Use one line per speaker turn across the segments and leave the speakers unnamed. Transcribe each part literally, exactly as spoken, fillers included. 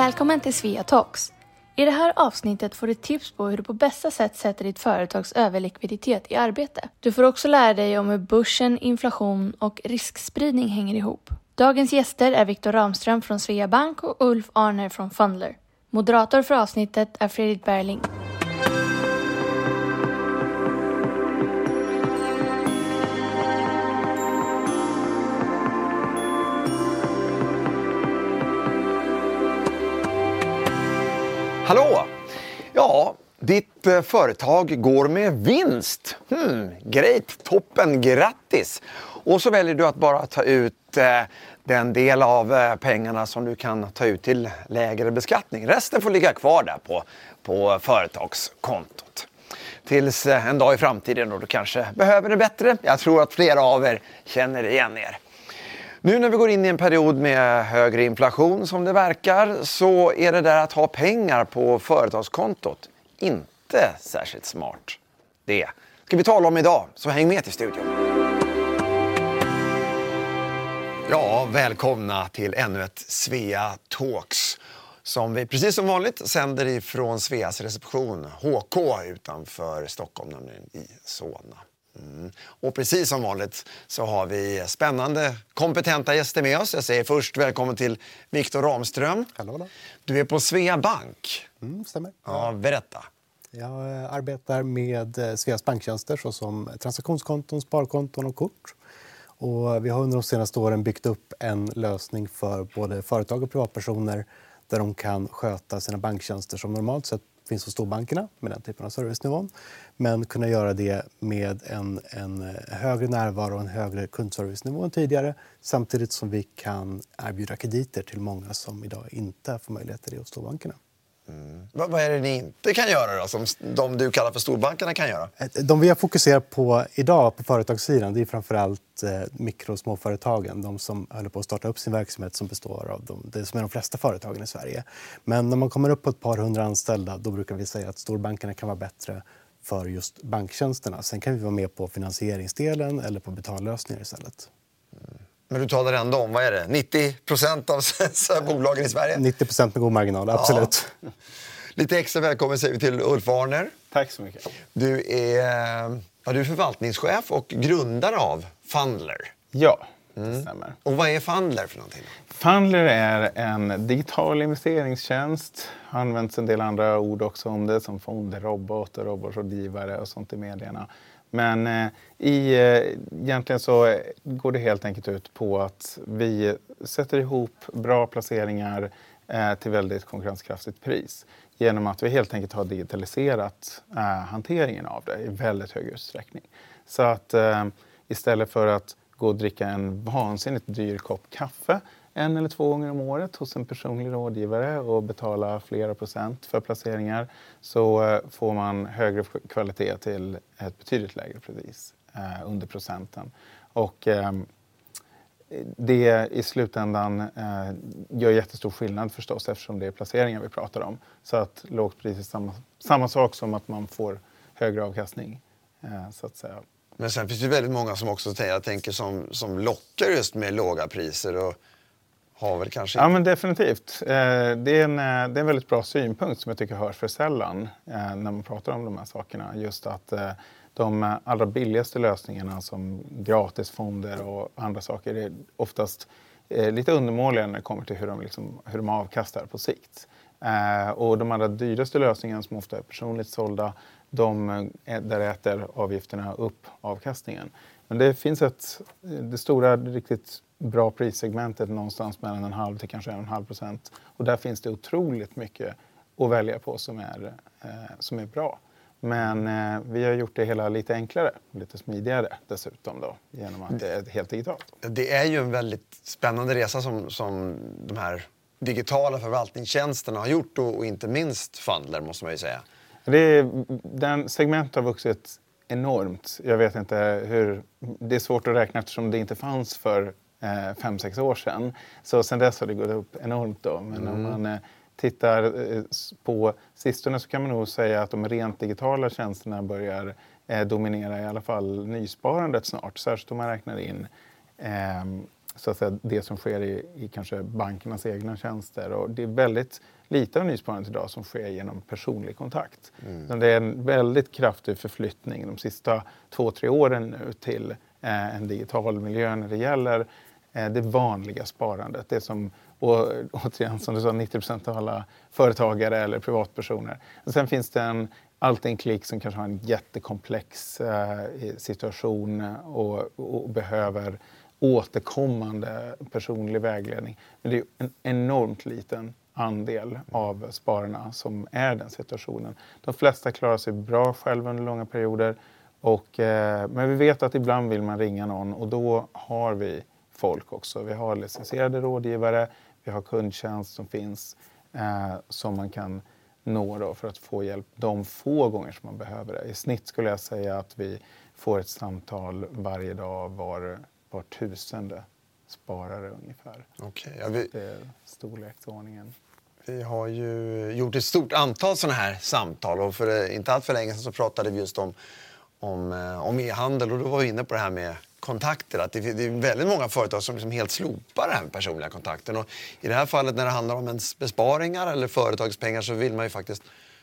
Välkommen till Svea Talks. I det här avsnittet får du tips på hur du på bästa sätt sätter ditt företags överlikviditet i arbete. Du får också lära dig om hur börsen, inflation och riskspridning hänger ihop. Dagens gäster är Viktor Ramström från Svea Bank och Ulf Arner från Fundler. Moderator för avsnittet är Fredrik Berling.
Hallå! Ja, ditt eh, företag går med vinst. Hmm, great, toppen, grattis! Och så väljer du att bara ta ut eh, den del av eh, pengarna som du kan ta ut till lägre beskattning. Resten får ligga kvar där på, på företagskontot. Tills eh, en dag i framtiden då du kanske behöver det bättre. Jag tror att flera av er känner igen er. Nu när vi går in i en period med högre inflation som det verkar, så är det där att ha pengar på företagskontot inte särskilt smart. Det ska vi tala om idag, så häng med till studion. Ja, välkomna till ännu ett Svea Talks som vi precis som vanligt sänder ifrån Sveas reception H K utanför Stockholm, nämligen i Solna. Mm. Och precis som vanligt så har vi spännande, kompetenta gäster med oss. Jag säger först välkommen till Viktor Ramström.
Hallå då.
Du är på Svea Bank.
Mm, stämmer.
Ja, berätta.
Jag arbetar med Sveas banktjänster såsom transaktionskonton, sparkonton och kort. Och vi har under de senaste åren byggt upp en lösning för både företag och privatpersoner där de kan sköta sina banktjänster som normalt sett finns hos storbankerna med den typen av servicenivån. Men kunna göra det med en, en högre närvaro och en högre kundservicenivå än tidigare. Samtidigt som vi kan erbjuda krediter till många som idag inte får möjlighet till det hos storbankerna.
Mm. Vad, vad är det ni inte kan göra då, som de du kallar för storbankerna kan göra?
De vi har fokuserat på idag på företagssidan, det är framförallt eh, mikro- och småföretagen. De som håller på att starta upp sin verksamhet som består av de, det som är de flesta företagen i Sverige. Men när man kommer upp på ett par hundra anställda, då brukar vi säga att storbankerna kan vara bättre för just banktjänsterna. Sen kan vi vara med på finansieringsdelen eller på betallösningar istället.
Mm. Men du talar ändå om, vad är det, nittio procent av bolagen i Sverige?
nittio procent med god marginal, absolut.
Ja. Lite extra välkommen säger vi till Ulf Arner.
Tack så mycket.
Du är, ja, du är förvaltningschef och grundare av Fundler.
Ja, det stämmer.
Mm. Och vad är Fundler för någonting?
Fundler är en digital investeringstjänst. Det används en del andra ord också om det, som fonderobot och robotrådgivare och sånt i medierna. Men eh, i, eh, egentligen så går det helt enkelt ut på att vi sätter ihop bra placeringar eh, till väldigt konkurrenskraftigt pris. Genom att vi helt enkelt har digitaliserat eh, hanteringen av det i väldigt hög utsträckning. Så att eh, istället för att gå och dricka en vansinnigt dyr kopp kaffe en eller två gånger om året hos en personlig rådgivare och betala flera procent för placeringar, så får man högre kvalitet till ett betydligt lägre pris eh, under procenten. Och eh, det i slutändan eh, gör jättestor skillnad förstås, eftersom det är placeringar vi pratar om. Så att lågt pris är samma, samma sak som att man får högre avkastning, eh, så att säga.
Men sen finns det väldigt många som också jag tänker som, som lockar just med låga priser och har väl kanske...
Ja, men definitivt. Det är, en, det är en väldigt bra synpunkt som jag tycker hörs för sällan när man pratar om de här sakerna. Just att de allra billigaste lösningarna som gratisfonder och andra saker är oftast lite undermåliga när det kommer till hur de, liksom, hur de avkastar på sikt. Och de allra dyraste lösningarna som ofta är personligt sålda, de, där äter avgifterna upp avkastningen. Men det finns ett, det stora, riktigt bra prissegmentet någonstans mellan en halv till kanske en och en halv procent. Och där finns det otroligt mycket att välja på som är, eh, som är bra. Men eh, vi har gjort det hela lite enklare, lite smidigare dessutom då, genom att det är helt digitalt.
Det är ju en väldigt spännande resa som, som de här digitala förvaltningstjänsterna har gjort och, och inte minst Fundler, måste man ju säga.
Det är, den segment har vuxit enormt. Jag vet inte hur, det är svårt att räkna eftersom det inte fanns för eh, fem, sex år sedan. Så sen dess har det gått upp enormt då. Men mm. om man eh, tittar eh, på sistone så kan man nog säga att de rent digitala tjänsterna börjar eh, dominera i alla fall nysparandet snart. Särskilt om man räknar in eh, så att säga, det som sker i, i kanske bankernas egna tjänster. Och det är väldigt lite av nysparandet idag som sker genom personlig kontakt. Mm. Det är en väldigt kraftig förflyttning de sista två, tre åren nu till eh, en digital miljö när det gäller eh, det vanliga sparandet. Det som, och, återigen, som du sa, nittio procent av alla företagare eller privatpersoner. Och sen finns det en, alltid en klick som kanske har en jättekomplex eh, situation och, och behöver återkommande personlig vägledning. Men det är en enormt liten andel av spararna som är den situationen. De flesta klarar sig bra själva under långa perioder. Och, eh, men vi vet att ibland vill man ringa någon och då har vi folk också. Vi har licensierade rådgivare, vi har kundtjänst som finns eh, som man kan nå då för att få hjälp de få gånger som man behöver det. I snitt skulle jag säga att vi får ett samtal varje dag var, var tusende sparare ungefär.
Okej, ja, vi...
Det är storleksordningen.
Vi har ju gjort ett stort antal sådana här samtal och för inte allt för länge sedan så pratade vi just om, om, om e-handel och då var vi inne på det här med kontakter. Att det, det är väldigt många företag som liksom helt slopar den här personliga kontakten. Och i det här fallet när det handlar om ens besparingar eller företagspengar så vill man ju faktiskt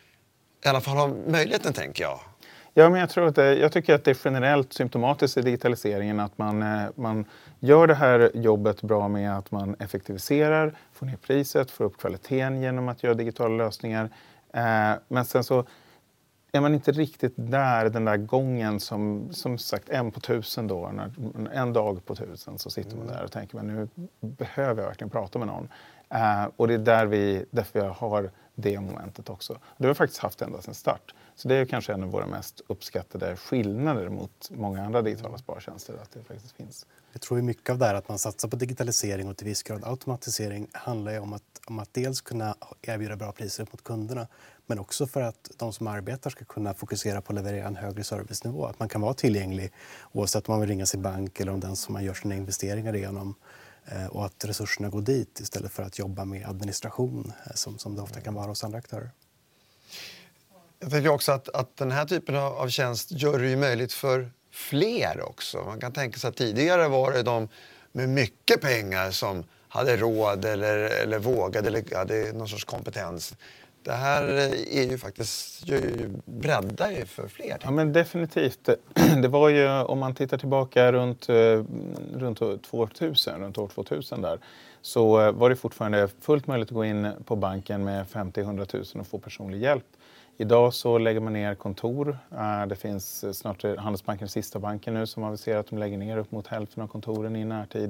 i alla fall ha möjligheten, tänker jag.
Ja, men jag, tror att det, jag tycker att det är generellt symptomatiskt i digitaliseringen att man, man gör det här jobbet bra med att man effektiviserar, får ner priset, får upp kvaliteten genom att göra digitala lösningar. Eh, men sen så är man inte riktigt där, den där gången som, som sagt, en på tusen då, när, en dag på tusen så sitter man där och tänker man nu behöver jag verkligen prata med någon. Eh, och det är där vi, därför jag har det momentet också. Det har vi faktiskt haft ända sedan start. Så det är kanske en av våra mest uppskattade skillnader mot många andra digitala spartjänster, att det faktiskt finns.
Jag tror ju mycket av det här att man satsar på digitalisering och till viss grad automatisering handlar ju om att, om att dels kunna erbjuda bra priser mot kunderna men också för att de som arbetar ska kunna fokusera på att leverera en högre servicenivå. Att man kan vara tillgänglig oavsett om man vill ringa sin bank eller om den som man gör sina investeringar igenom. Och att resurserna går dit istället för att jobba med administration som, som det ofta kan vara hos andra aktörer.
Jag tänker också att, att den här typen av, av tjänst gör det ju möjligt för fler också. Man kan tänka sig att tidigare var det de med mycket pengar som hade råd eller, eller vågade eller hade någon sorts kompetens. Det här är ju faktiskt ju, breddar ju för fler.
Ja, men definitivt. Det var ju, om man tittar tillbaka runt, runt, tvåtusen, runt år tvåtusen där, så var det fortfarande fullt möjligt att gå in på banken med femtio till hundra tusen och få personlig hjälp. Idag så lägger man ner kontor. Det finns snart Handelsbanken, sista banken nu, som aviserar att de lägger ner upp mot hälften av kontoren i närtid.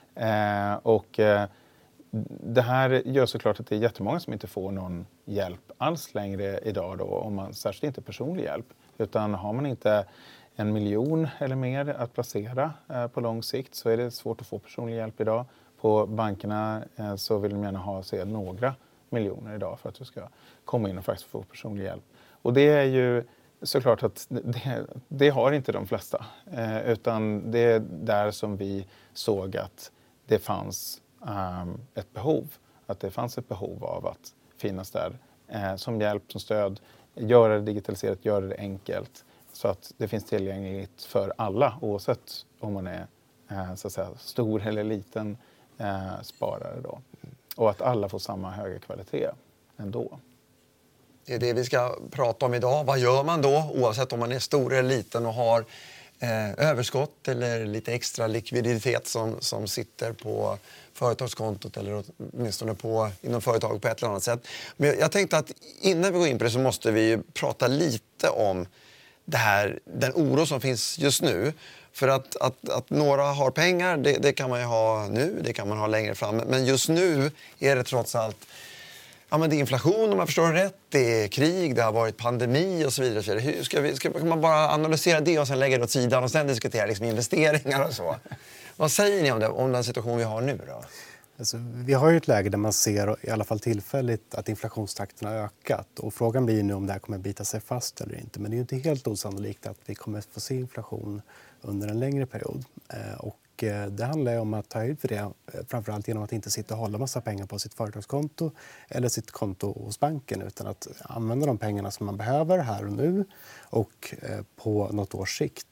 Och det här gör såklart att det är jättemånga som inte får någon hjälp alls längre idag då, om man särskilt inte personlig hjälp. Utan har man inte en miljon eller mer att placera på lång sikt så är det svårt att få personlig hjälp idag. På bankerna så vill de gärna ha se några miljoner idag för att du ska komma in och faktiskt få personlig hjälp. Och det är ju såklart att det, det har inte de flesta. Eh, utan det är där som vi såg att det fanns um, ett behov. Att det fanns ett behov av att finnas där eh, som hjälp, som stöd. Göra det digitaliserat, göra det enkelt. Så att det finns tillgängligt för alla oavsett om man är eh, så att säga, stor eller liten eh, sparare då. Och att alla får samma höga kvalitet ändå.
Det är det vi ska prata om idag. Vad gör man då oavsett om man är stor eller liten och har eh, överskott eller lite extra likviditet som, som sitter på företagskontot eller åtminstone på, inom företag på ett eller annat sätt. Men jag tänkte att innan vi går in på det så måste vi ju prata lite om det här, den oro som finns just nu. För att, att, att några har pengar, det, det kan man ju ha nu, det kan man ha längre fram. Men just nu är det trots allt, ja men det är inflation om jag förstår rätt, det är krig, det har varit pandemi och så vidare. Och så vidare. Hur ska vi, ska, kan man bara analysera det och sen lägga det åt sidan och sen diskutera liksom investeringar och så? Vad säger ni om, det, om den situation vi har nu då?
Alltså, vi har ju ett läge där man ser, i alla fall tillfälligt, att inflationstakten har ökat. Och frågan blir nu om det här kommer bita sig fast eller inte. Men det är ju inte helt osannolikt att vi kommer få se inflation under en längre period. Och det handlar ju om att ta höjd för det, framförallt genom att inte sitta och hålla massa pengar på sitt företagskonto eller sitt konto hos banken, utan att använda de pengarna som man behöver här och nu och på något års sikt.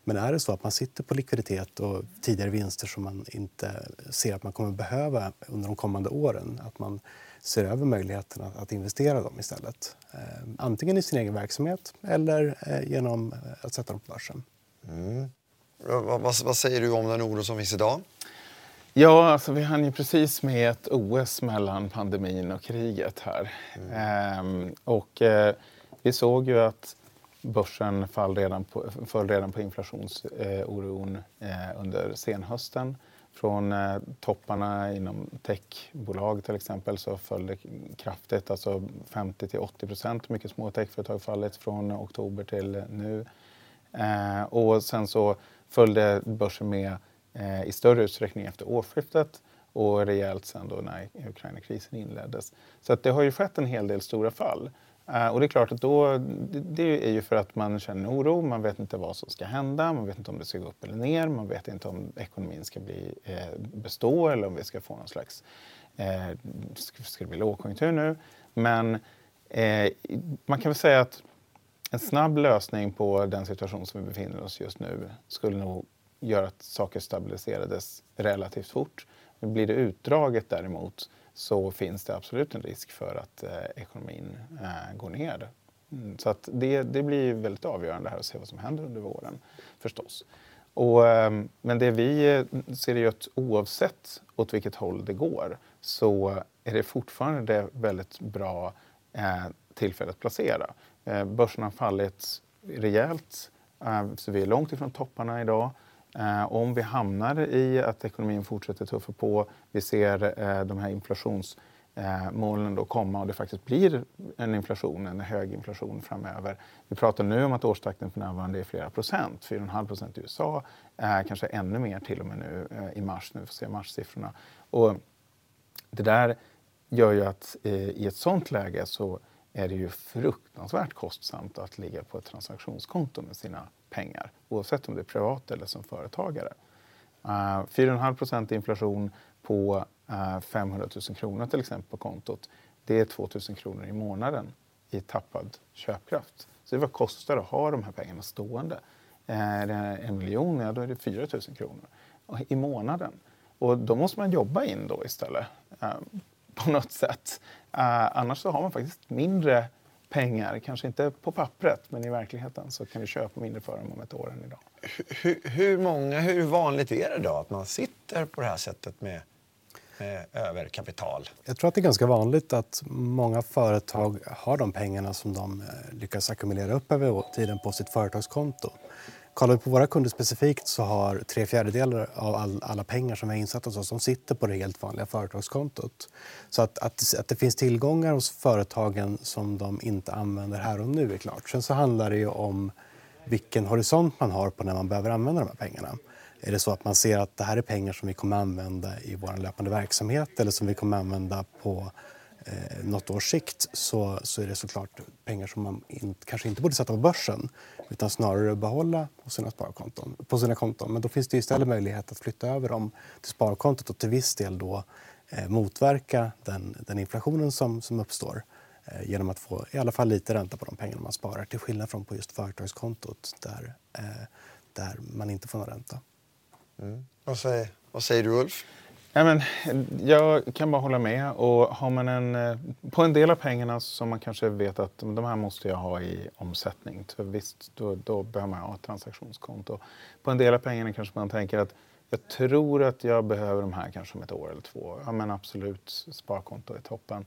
Men är det så att man sitter på likviditet och tidigare vinster som man inte ser att man kommer behöva under de kommande åren, att man ser över möjligheten att, att investera dem istället. Eh, antingen i sin egen verksamhet eller eh, genom att sätta dem på börsen.
Mm. Vad, vad, vad säger du om den oro som finns idag?
Ja, alltså vi hann ju precis med ett O S mellan pandemin och kriget här. Mm. Ehm, och eh, vi såg ju att börsen föll redan på, föll redan på inflationsoron eh, under senhösten. Från eh, topparna inom techbolag till exempel så föll det kraftigt, alltså femtio till åttio procent. Mycket små techföretag fallit från oktober till nu. Eh, och sen så följde börsen med eh, i större utsträckning efter årsskiftet och rejält sen då när Ukraina-krisen inleddes. Så att det har ju skett en hel del stora fall. Uh, och det är klart att då, det, det är ju för att man känner oro, man vet inte vad som ska hända, man vet inte om det ska gå upp eller ner, man vet inte om ekonomin ska bli, eh, bestå eller om vi ska få någon slags, eh, ska, ska det bli lågkonjunktur nu. Men eh, man kan väl säga att en snabb lösning på den situation som vi befinner oss just nu skulle nog göra att saker stabiliserades relativt fort. Men blir det utdraget däremot så finns det absolut en risk för att eh, ekonomin eh, går ner. Mm, så att det, det blir väldigt avgörande här att se vad som händer under våren förstås. Och, eh, men det vi ser är ju att oavsett åt vilket håll det går så är det fortfarande väldigt bra eh, tillfälle att placera. Eh, börsen har fallit rejält, eh, så vi är långt ifrån topparna idag. Eh, om vi hamnar i att ekonomin fortsätter tuffa på, vi ser eh, de här inflationsmålen eh, då komma och det faktiskt blir en inflation, en hög inflation framöver. Vi pratar nu om att årstakten för närvarande är flera procent, fyra komma fem procent i U S A, eh, kanske ännu mer till och med nu eh, i mars, nu får vi se marssiffrorna. Och det där gör ju att eh, i ett sånt läge så är det ju fruktansvärt kostsamt att ligga på ett transaktionskonto med sina pengar, oavsett om det är privat eller som företagare. Uh, fyra komma fem procent inflation på uh, femhundratusen kronor till exempel på kontot, det är tvåtusen kronor i månaden i tappad köpkraft. Så det vad kostar att ha de här pengarna stående. Uh, är det en miljon, ja, då är det fyratusen kronor i månaden. Och då måste man jobba in då istället uh, på något sätt. Uh, annars så har man faktiskt mindre pengar, kanske inte på pappret, men i verkligheten så kan du köpa mindre för dem om ett år än idag.
Hur, hur, många, hur vanligt är det då att man sitter på det här sättet med, med överkapital?
Jag tror att det är ganska vanligt att många företag har de pengarna som de lyckas ackumulera upp över tiden på sitt företagskonto. Kollar vi på våra kunder specifikt så har tre fjärdedelar av all, alla pengar som är insatta hos oss som sitter på det helt vanliga företagskontot. Så att, att, att det finns tillgångar hos företagen som de inte använder här och nu är klart. Sen så handlar det ju om vilken horisont man har på när man behöver använda de här pengarna. Är det så att man ser att det här är pengar som vi kommer använda i vår löpande verksamhet eller som vi kommer använda på eh, något års sikt så, så är det såklart pengar som man in, kanske inte borde sätta på börsen utan snarare behålla på sina sparkonton, på sina konton. Men då finns det istället möjlighet att flytta över dem till sparkontot och till viss del då eh, motverka den, den inflationen som, som uppstår eh, genom att få i alla fall lite ränta på de pengarna man sparar till skillnad från på just företagskontot där, eh, där man inte får någon ränta.
Mm. Vad, säger, vad säger du, Ulf?
Ja, men, jag kan bara hålla med. Och har man en, på en del av pengarna som man kanske vet att de här måste jag ha i omsättning. Så visst, då, då behöver man ha ett transaktionskonto. På en del av pengarna kanske man tänker att jag tror att jag behöver de här kanske om ett år eller två. Ja, men absolut, sparkonto är toppen.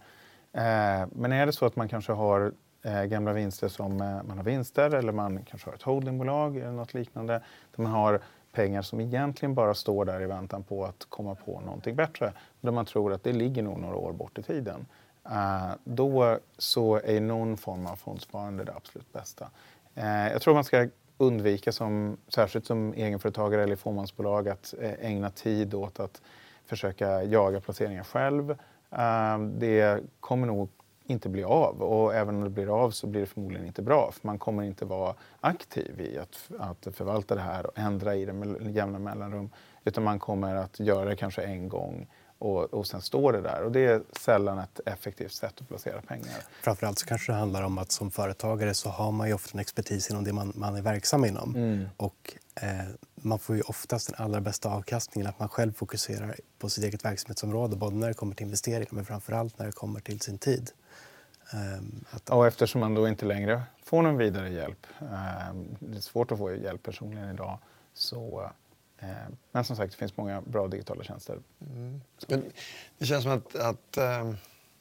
Eh, men är det så att man kanske har eh, gamla vinster som eh, man har vinster eller man kanske har ett holdingbolag eller något liknande där man har pengar som egentligen bara står där i väntan på att komma på någonting bättre. Där man tror att det ligger nog några år bort i tiden. Uh, då så är någon form av fondsparande det absolut bästa. Uh, jag tror man ska undvika, som, särskilt som egenföretagare eller fåmansbolag, att uh, ägna tid åt att försöka jaga placeringar själv. Uh, det kommer nog inte bli av, och även om det blir av så blir det förmodligen inte bra, för man kommer inte vara aktiv i att, att förvalta det här och ändra i det med jämna mellanrum, utan man kommer att göra det kanske en gång och, och sen står det där, och det är sällan ett effektivt sätt att placera pengar.
Framförallt så kanske det handlar om att som företagare så har man ju ofta en expertis inom det man, man är verksam inom. Mm. Och eh, man får ju oftast den allra bästa avkastningen att man själv fokuserar på sitt eget verksamhetsområde, både när det kommer till investeringar men framförallt när det kommer till sin tid. Um, att...
Och eftersom man då inte längre får någon vidare hjälp, um, det är svårt att få hjälp personligen idag, så, uh, men som sagt det finns många bra digitala tjänster.
Mm. Men det känns som att, att, um,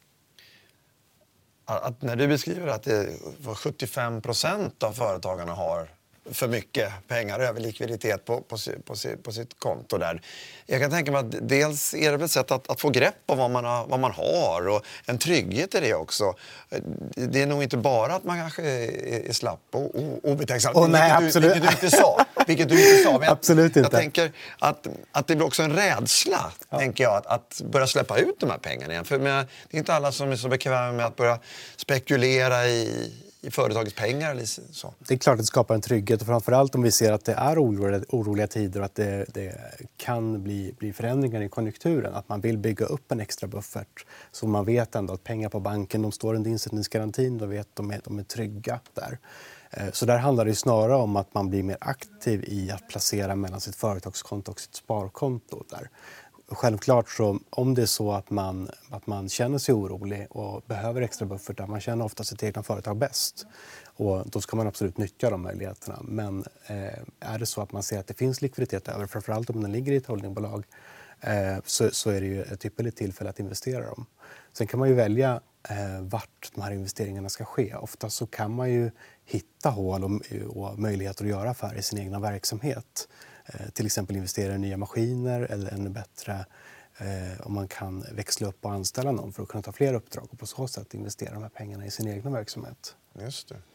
att när du beskriver att det var sjuttiofem procent av företagarna har för mycket pengar över likviditet på, på, på, på sitt konto där. Jag kan tänka mig att dels är det väl ett sätt att, att få grepp på vad man, har, vad man har och en trygghet i det också. Det är nog inte bara att man kanske är, är slapp och obetänksam.
Oh, nej,
vilket, du, vilket du inte sa. Vilket du inte sa. Men jag,
absolut inte.
Jag tänker att, att det blir också en rädsla, ja. tänker jag, att, att börja släppa ut de här pengarna igen. För men, det är inte alla som är så bekväma med att börja spekulera i i företagets pengar eller så.
Det är klart att det skapar en trygghet och framförallt om vi ser att det är oroliga, oroliga tider och att det, det kan bli, bli förändringar i konjunkturen. Att man vill bygga upp en extra buffert så man vet ändå att pengar på banken, de står under insättningsgarantin, de vet att de är, de är trygga där. Så där handlar det snarare om att man blir mer aktiv i att placera mellan sitt företagskonto och sitt sparkonto där. Självklart så om det är så att man, att man känner sig orolig och behöver extra buffertar, man känner ofta sitt egna företag bäst. Och då ska man absolut nyttja de möjligheterna. Men eh, är det så att man ser att det finns likviditet över, framförallt om den ligger i ett holdingbolag, eh, så, så är det ju ett ypperligt tillfälle att investera dem. Sen kan man ju välja eh, vart de här investeringarna ska ske. Ofta så kan man ju hitta hål och, och möjligheter att göra affärer i sin egna verksamhet. Eh, till exempel investera i nya maskiner eller ännu bättre eh, om man kan växla upp och anställa någon för att kunna ta fler uppdrag och på så sätt investera de här pengarna i sin egna verksamhet.
Just det.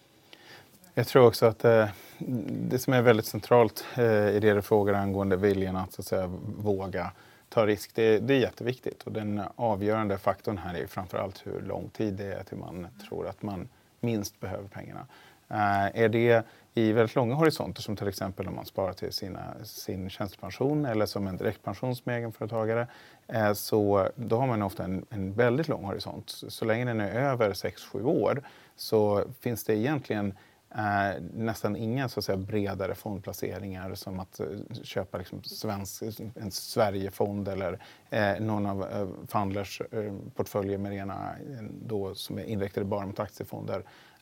Jag tror också att eh, det som är väldigt centralt eh, i det du frågar angående viljan att, så att säga, våga ta risk, det, det är jätteviktigt. Och den avgörande faktorn här är framförallt hur lång tid det är till man tror att man minst behöver pengarna. Eh, är det i väldigt långa horisonter, som till exempel om man sparar till sina, sin tjänstepension eller som en direktpension som egenföretagare, eh, så då har man ofta en, en väldigt lång horisont. Så länge den är över sex sju år så finns det egentligen eh, nästan inga, så att säga, bredare fondplaceringar som att eh, köpa liksom svensk, en Sverigefond eller eh, någon av eh, Fundlers eh, portföljer med rena, då, som är inriktade bara mot aktiefonder.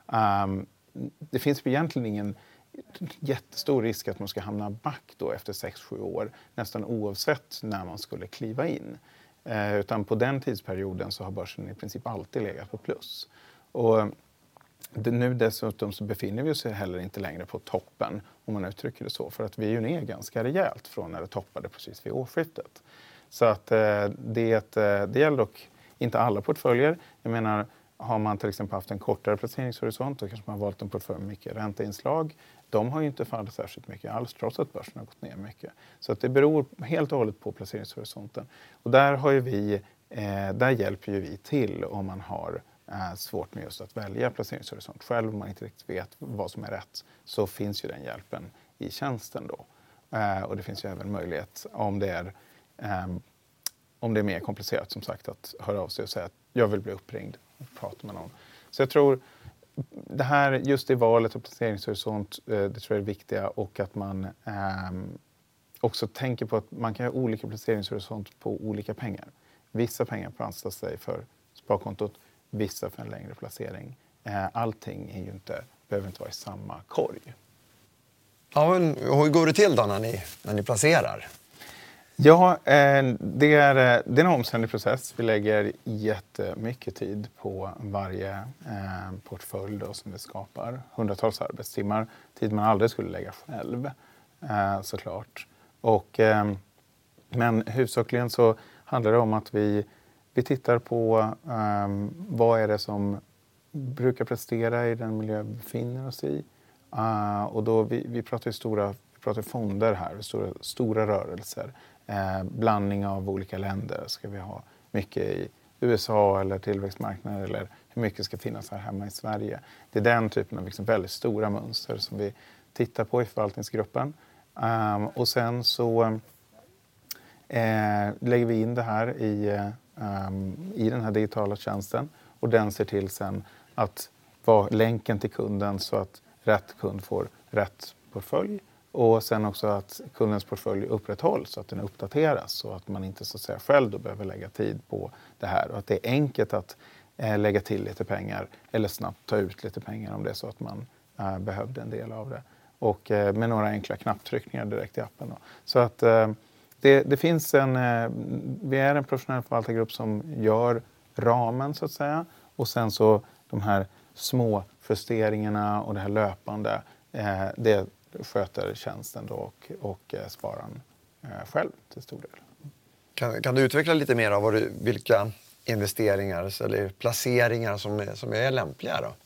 Um, Det finns egentligen ingen jättestor risk att man ska hamna back då efter sex sju år, nästan oavsett när man skulle kliva in. Eh, utan på den tidsperioden så har börsen i princip alltid legat på plus. Och det, nu dessutom så befinner vi oss heller inte längre på toppen, om man uttrycker det så, för att vi är ju ner ganska rejält från när det toppade precis vid årsskiftet. Så att eh, det, det gäller dock inte alla portföljer. Jag menar, har man till exempel haft en kortare placeringshorisont och kanske man har valt en portfölj med mycket ränteinslag, de har ju inte fallit särskilt mycket alls trots att börsen har gått ner mycket. Så att det beror helt och hållet på placeringshorisonten. Och där, har ju vi, eh, där hjälper ju vi till om man har eh, svårt med just att välja placeringshorisont själv, om man inte riktigt vet vad som är rätt, så finns ju den hjälpen i tjänsten då. Eh, och det finns ju även möjlighet om det är eh, om det är mer komplicerat, som sagt, att höra av sig och säga att jag vill bli uppringd och prata med någon. Så jag tror det här, just i valet av placeringshorisont, det tror jag är viktiga, och att man eh, också tänker på att man kan ha olika placeringshorisont på olika pengar. Vissa pengar passar sig för sparkontot, vissa för en längre placering. Eh, allting är ju inte, behöver inte vara i samma korg.
Ja, men hur går det till då när ni, när ni placerar?
Ja, det är, det är en omständlig process. Vi lägger jättemycket tid på varje portfölj då som vi skapar. Hundratals arbetstimmar, tid man aldrig skulle lägga själv, såklart. Och, men huvudsakligen så handlar det om att vi, vi tittar på vad är det som brukar prestera i den miljö vi befinner oss i. Och då vi, vi pratar ju stora, vi pratar fonder här, stora, stora rörelser. Eh, blandning av olika länder. Ska vi ha mycket i U S A eller tillväxtmarknader, eller hur mycket ska finnas här hemma i Sverige? Det är den typen av liksom väldigt stora mönster som vi tittar på i förvaltningsgruppen. Um, och sen så eh, lägger vi in det här i, um, i den här digitala tjänsten, och den ser till sen att vara länken till kunden så att rätt kund får rätt portfölj Och sen också att kundens portfölj upprätthålls så att den uppdateras så att man inte så att säga själv då behöver lägga tid på det här. Och att det är enkelt att eh, lägga till lite pengar eller snabbt ta ut lite pengar om det är så att man eh, behövde en del av det. Och eh, med några enkla knapptryckningar direkt i appen. Då. Så att eh, det, det finns en, eh, vi är en professionell förvaltargrupp som gör ramen så att säga. Och sen så de här små justeringarna och det här löpande, eh, det sköter tjänsten då och, och eh, spararen eh, själv till stor del.
Kan, kan du utveckla lite mer av vad du, vilka investeringar eller placeringar som är, som är lämpliga då?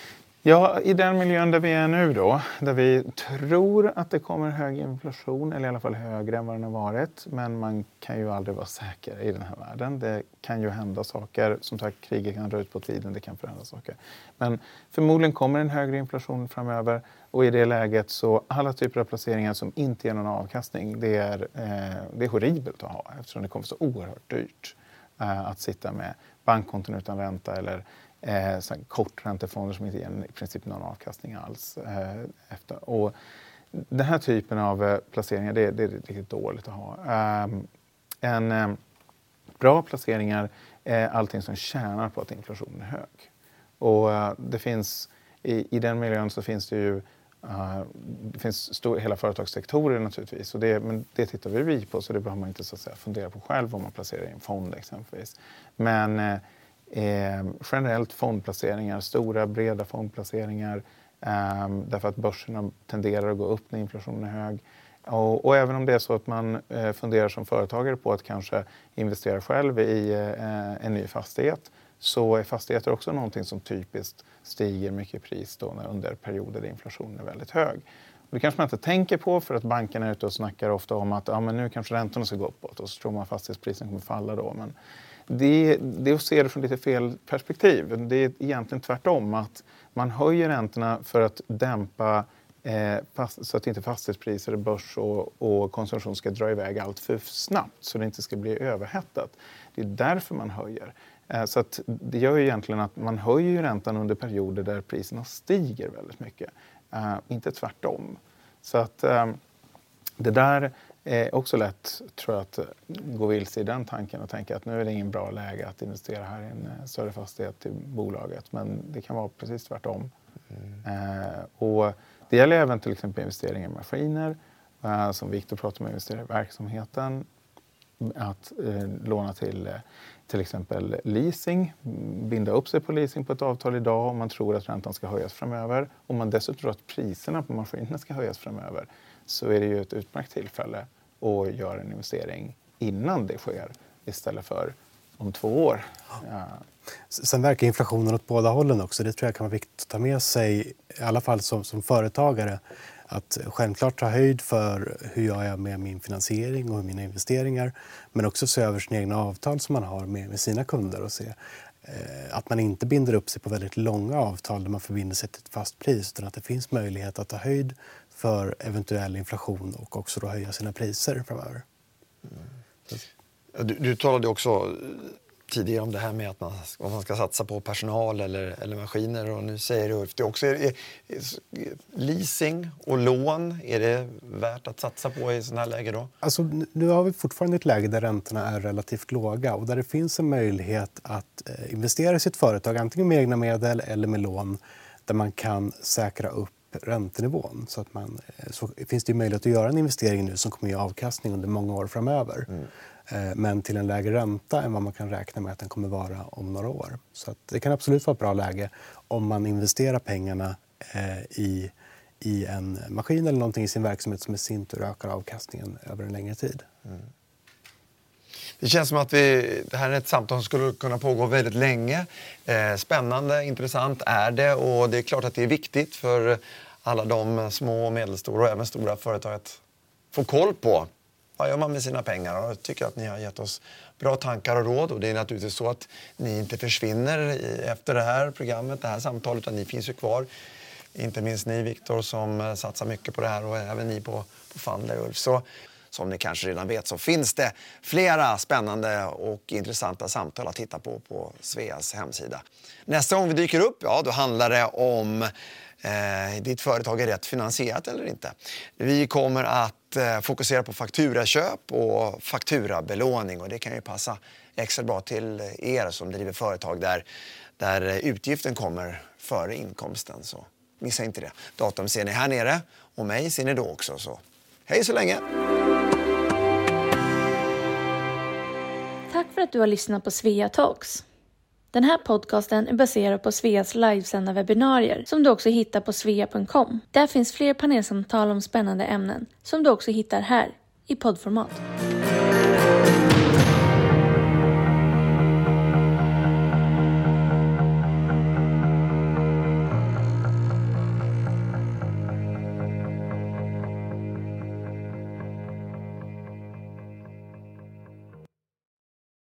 Ja, i den miljön där vi är nu då, där vi tror att det kommer hög inflation, eller i alla fall högre än vad den har varit, men man kan ju aldrig vara säker i den här världen. Det kan ju hända saker, som sagt kriget kan dra ut på tiden, det kan förändra saker. Men förmodligen kommer en högre inflation framöver och i det läget så alla typer av placeringar som inte ger någon avkastning, det är, eh, det är horribelt att ha eftersom det kommer så oerhört dyrt eh, att sitta med bankkonton utan ränta eller Eh, korträntefonder som inte ger i princip någon avkastning alls. Eh, efter. Och den här typen av eh, placeringar det, det är riktigt dåligt att ha. Eh, en eh, bra placeringar är allting som tjänar på att inflationen är hög. Och eh, det finns, i, i den miljön så finns det ju uh, det finns stor, hela företagssektorer naturligtvis. Och det, men det tittar vi på så det behöver man inte så att säga, fundera på själv om man placerar i en fond exempelvis. Men eh, Eh, generellt fondplaceringar, stora breda fondplaceringar eh, därför att börserna tenderar att gå upp när inflationen är hög. Och, och även om det är så att man eh, funderar som företagare på att kanske investera själv i eh, en ny fastighet så är fastigheter också någonting som typiskt stiger mycket i pris då under perioder där inflationen är väldigt hög. Och det kanske man inte tänker på för att bankerna är ute och snackar ofta om att ja, men nu kanske räntorna ska gå uppåt och så tror man att fastighetsprisen kommer falla då. Men Det, det är att se det från lite fel perspektiv. Det är egentligen tvärtom att man höjer räntorna för att dämpa eh, fast, så att inte fastighetspriser, börs och, och konsumtion ska dra iväg allt för snabbt så det inte ska bli överhettat. Det är därför man höjer. Eh, så att det gör ju egentligen att man höjer räntan under perioder där priserna stiger väldigt mycket. Eh, inte tvärtom. Så att eh, det där är också lätt, tror jag, att gå vilse i den tanken och tänka att nu är det ingen bra läge att investera här i en större fastighet i bolaget. Men det kan vara precis tvärtom. Mm. Eh, och det gäller även till exempel investeringar i maskiner. Eh, som Victor pratar om, investera i verksamheten. Att eh, låna till eh, till exempel leasing. Binda upp sig på leasing på ett avtal idag om man tror att räntan ska höjas framöver. Om man dessutom tror att priserna på maskinerna ska höjas framöver så är det ju ett utmärkt tillfälle att göra en investering innan det sker istället för om två år. Ja.
Sen verkar inflationen åt båda hållen också. Det tror jag kan vara viktigt att ta med sig, i alla fall som, som företagare. Att självklart ta höjd för hur jag är med min finansiering och mina investeringar. Men också se över sina egna avtal som man har med, med sina kunder och se eh, att man inte binder upp sig på väldigt långa avtal där man förbinder sig till ett fast pris. Utan att det finns möjlighet att ta höjd för eventuell inflation och också då höja sina priser framöver.
Mm. Du, du talade också tidigare om det här med att man, om man ska satsa på personal eller, eller maskiner. Och nu säger du Ulf, det också är, är, är, leasing och lån, är det värt att satsa på i sådana här läge då?
Alltså, nu har vi fortfarande ett läge där räntorna är relativt låga och där det finns en möjlighet att eh, investera i sitt företag antingen med egna medel eller med lån där man kan säkra upp räntenivån. Så, att man, så finns det möjlighet att göra en investering nu som kommer ge avkastning under många år framöver. Mm. Men till en lägre ränta än vad man kan räkna med att den kommer vara om några år. Så att det kan absolut vara ett bra läge om man investerar pengarna i, i en maskin eller någonting i sin verksamhet som i sin tur ökar avkastningen över en längre tid. Mm.
Det känns som att vi, det här är ett samtal som skulle kunna pågå väldigt länge. Eh, spännande, intressant är det och det är klart att det är viktigt för alla de små och medelstora och även stora företag att få koll på vad gör man med sina pengar. Och jag tycker att ni har gett oss bra tankar och råd och det är naturligtvis så att ni inte försvinner efter det här programmet, det här samtalet, utan ni finns ju kvar. Inte minst ni Victor som satsar mycket på det här och även ni på, på Fundler, Ulf. Så som ni kanske redan vet så finns det flera spännande och intressanta samtal att titta på på Sveas hemsida. Nästa gång vi dyker upp, ja då handlar det om eh, ditt företag är rätt finansierat eller inte. Vi kommer att eh, fokusera på fakturaköp och fakturabelåning och det kan ju passa extra bra till er som driver företag där, där utgiften kommer före inkomsten. Så missa inte det. Datum ser ni här nere och mig ser ni då också. Så hej så länge!
Tack för att du har lyssnat på Svea Talks. Den här podcasten är baserad på Sveas livesända webbinarier som du också hittar på svea punkt com. Där finns fler panelsamtal om spännande ämnen som du också hittar här i poddformat.